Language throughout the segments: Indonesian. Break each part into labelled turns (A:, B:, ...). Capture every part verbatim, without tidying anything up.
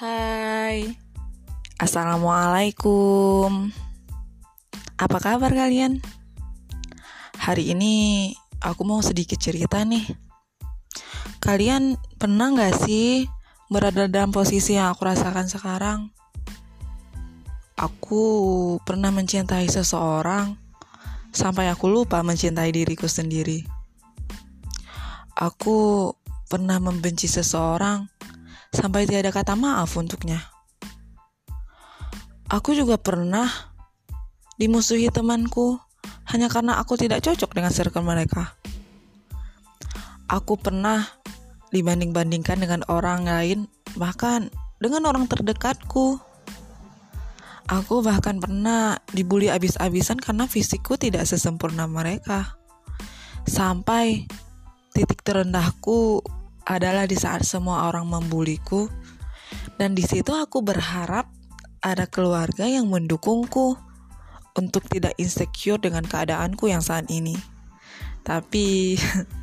A: Hai, Assalamualaikum. Apa kabar kalian? Hari ini aku mau sedikit cerita nih. Kalian pernah gak sih berada dalam posisi yang aku rasakan sekarang? Aku pernah mencintai seseorang sampai aku lupa mencintai diriku sendiri. Aku pernah membenci seseorang sampai tiada kata maaf untuknya. Aku juga pernah dimusuhi temanku hanya karena aku tidak cocok dengan circle mereka. Aku pernah dibanding-bandingkan dengan orang lain, bahkan dengan orang terdekatku. Aku bahkan pernah dibully abis-abisan karena fisikku tidak sesempurna mereka. Sampai titik terendahku adalah di saat semua orang membuliku, dan di situ aku berharap ada keluarga yang mendukungku untuk tidak insecure dengan keadaanku yang saat ini. Tapi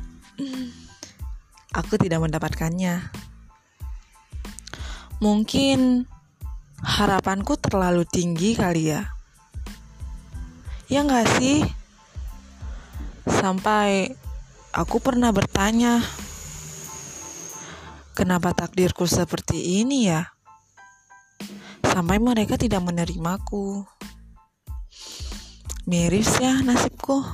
A: aku tidak mendapatkannya. Mungkin harapanku terlalu tinggi kali ya. Ya nggak sih? Sampai aku pernah bertanya, kenapa takdirku seperti ini ya? Sampai mereka tidak menerimaku. Miris ya nasibku.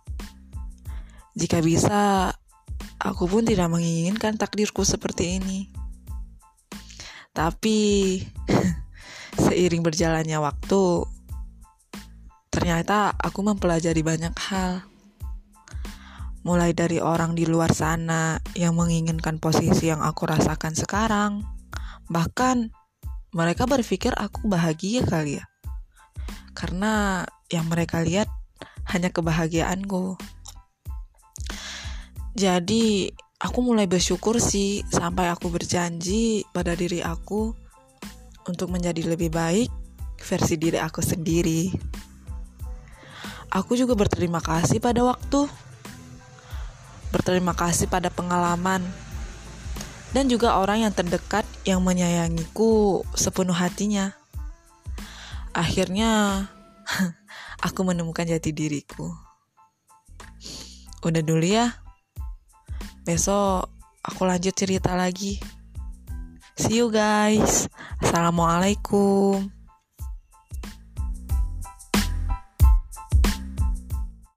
A: Jika bisa, aku pun tidak menginginkan takdirku seperti ini. Tapi seiring berjalannya waktu, ternyata aku mempelajari banyak hal. Mulai dari orang di luar sana yang menginginkan posisi yang aku rasakan sekarang. Bahkan mereka berpikir aku bahagia kali ya. Karena yang mereka lihat hanya kebahagiaanku. Jadi aku mulai bersyukur sih, sampai aku berjanji pada diri aku untuk menjadi lebih baik versi diri aku sendiri. Aku juga berterima kasih pada waktu. Berterima kasih pada pengalaman dan juga orang yang terdekat yang menyayangiku sepenuh hatinya. Akhirnya aku menemukan jati diriku. Udah dulu ya. Besok aku lanjut cerita lagi. See you guys. Assalamualaikum.